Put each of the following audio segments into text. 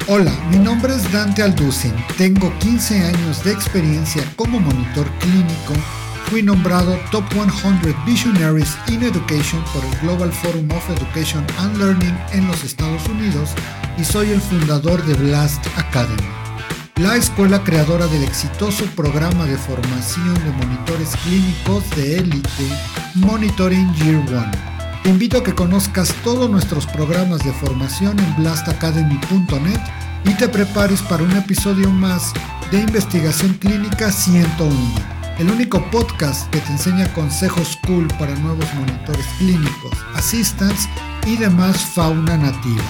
Hola, mi nombre es Dante Alducin, tengo 15 años de experiencia como monitor clínico, fui nombrado Top 100 Visionaries in Education por el Global Forum of Education and Learning en los Estados Unidos y soy el fundador de Blast Academy, la escuela creadora del exitoso programa de formación de monitores clínicos de élite Monitoring Year One. Te invito a que conozcas todos nuestros programas de formación en blastacademy.net y te prepares para un episodio más de Investigación Clínica 101, el único podcast que te enseña consejos cool para nuevos monitores clínicos, assistants y demás fauna nativa.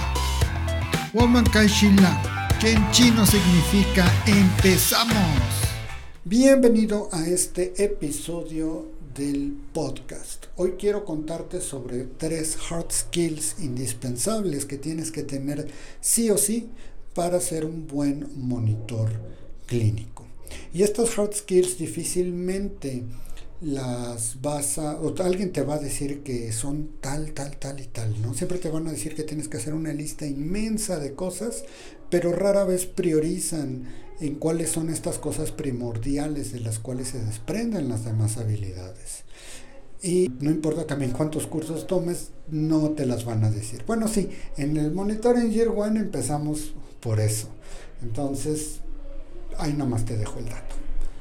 Woman Kaishila, que en chino significa empezamos. Bienvenido a este episodio del podcast. Hoy quiero contarte sobre 3 hard skills indispensables que tienes que tener sí o sí para ser un buen monitor clínico. Y estas hard skills difícilmente las alguien te va a decir que son tal y tal, ¿no? Siempre te van a decir que tienes que hacer una lista inmensa de cosas, pero rara vez priorizan en cuáles son estas cosas primordiales de las cuales se desprenden las demás habilidades. Y no importa también cuántos cursos tomes, no te las van a decir. Bueno, sí, en el Monitoring Year One empezamos por eso. Entonces, ahí nomás te dejo el dato.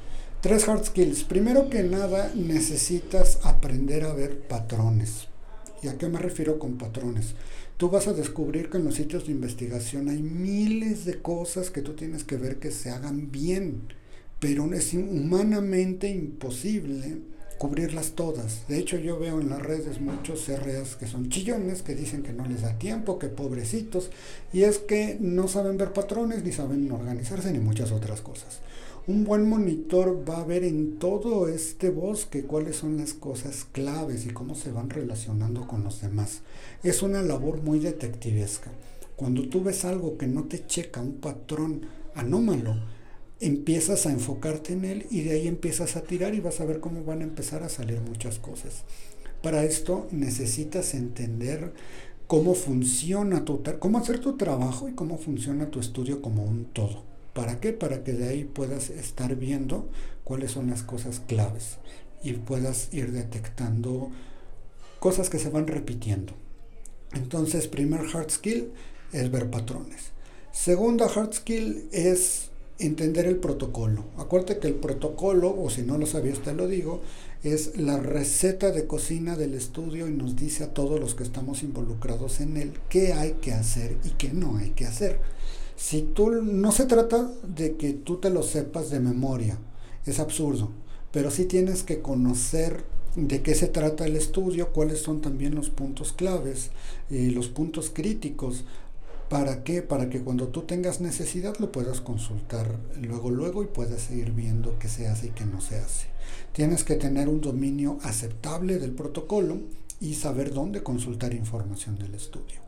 3 hard skills. Primero que nada, necesitas aprender a ver patrones. ¿Y a qué me refiero con patrones? Tú vas a descubrir que en los sitios de investigación hay miles de cosas que tú tienes que ver que se hagan bien, pero es humanamente imposible cubrirlas todas. De hecho, yo veo en las redes muchos CRAs que son chillones, que dicen que no les da tiempo, que pobrecitos, y es que no saben ver patrones, ni saben organizarse, ni muchas otras cosas. Un buen monitor va a ver en todo este bosque cuáles son las cosas claves y cómo se van relacionando con los demás. Es una labor muy detectivesca. Cuando tú ves algo que no te checa, un patrón anómalo, empiezas a enfocarte en él y de ahí empiezas a tirar y vas a ver cómo van a empezar a salir muchas cosas. Para esto necesitas entender cómo funciona cómo hacer tu trabajo y cómo funciona tu estudio como un todo. ¿Para qué? Para que de ahí puedas estar viendo cuáles son las cosas claves y puedas ir detectando cosas que se van repitiendo. Entonces, primer hard skill es ver patrones. Segunda hard skill es entender el protocolo. Acuérdate que el protocolo, o si no lo sabías te lo digo, es la receta de cocina del estudio y nos dice a todos los que estamos involucrados en él qué hay que hacer y qué no hay que hacer. Si tú, no se trata de que tú te lo sepas de memoria, es absurdo, pero sí tienes que conocer de qué se trata el estudio, cuáles son también los puntos claves y los puntos críticos. ¿Para qué? Para que cuando tú tengas necesidad lo puedas consultar luego y puedas seguir viendo qué se hace y qué no se hace. Tienes que tener un dominio aceptable del protocolo y saber dónde consultar información del estudio.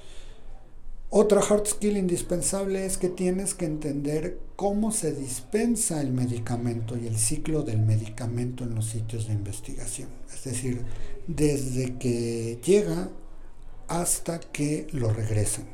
Otra hard skill indispensable es que tienes que entender cómo se dispensa el medicamento y el ciclo del medicamento en los sitios de investigación. Es decir, desde que llega hasta que lo regresan.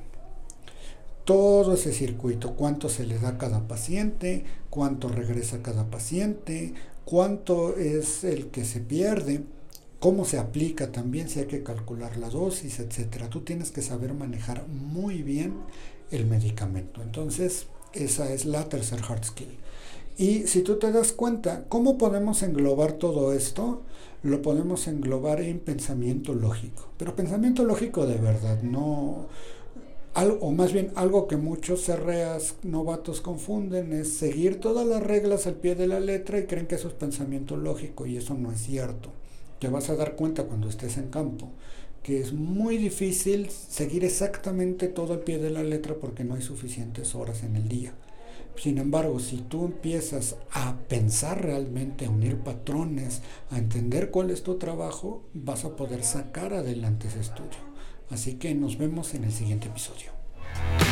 Todo ese circuito, cuánto se le da a cada paciente, cuánto regresa a cada paciente, cuánto es el que se pierde, cómo se aplica también, si hay que calcular la dosis, etc. Tú tienes que saber manejar muy bien el medicamento. Entonces, esa es la tercer hard skill. Y si tú te das cuenta, ¿cómo podemos englobar todo esto? Lo podemos englobar en pensamiento lógico. Pero pensamiento lógico de verdad, no... o más bien algo que muchos CRAs novatos confunden es seguir todas las reglas al pie de la letra y creen que eso es pensamiento lógico, y eso no es cierto. Te vas a dar cuenta cuando estés en campo que es muy difícil seguir exactamente todo al pie de la letra porque no hay suficientes horas en el día. Sin embargo, si tú empiezas a pensar realmente, a unir patrones, a entender cuál es tu trabajo, vas a poder sacar adelante ese estudio. Así que nos vemos en el siguiente episodio.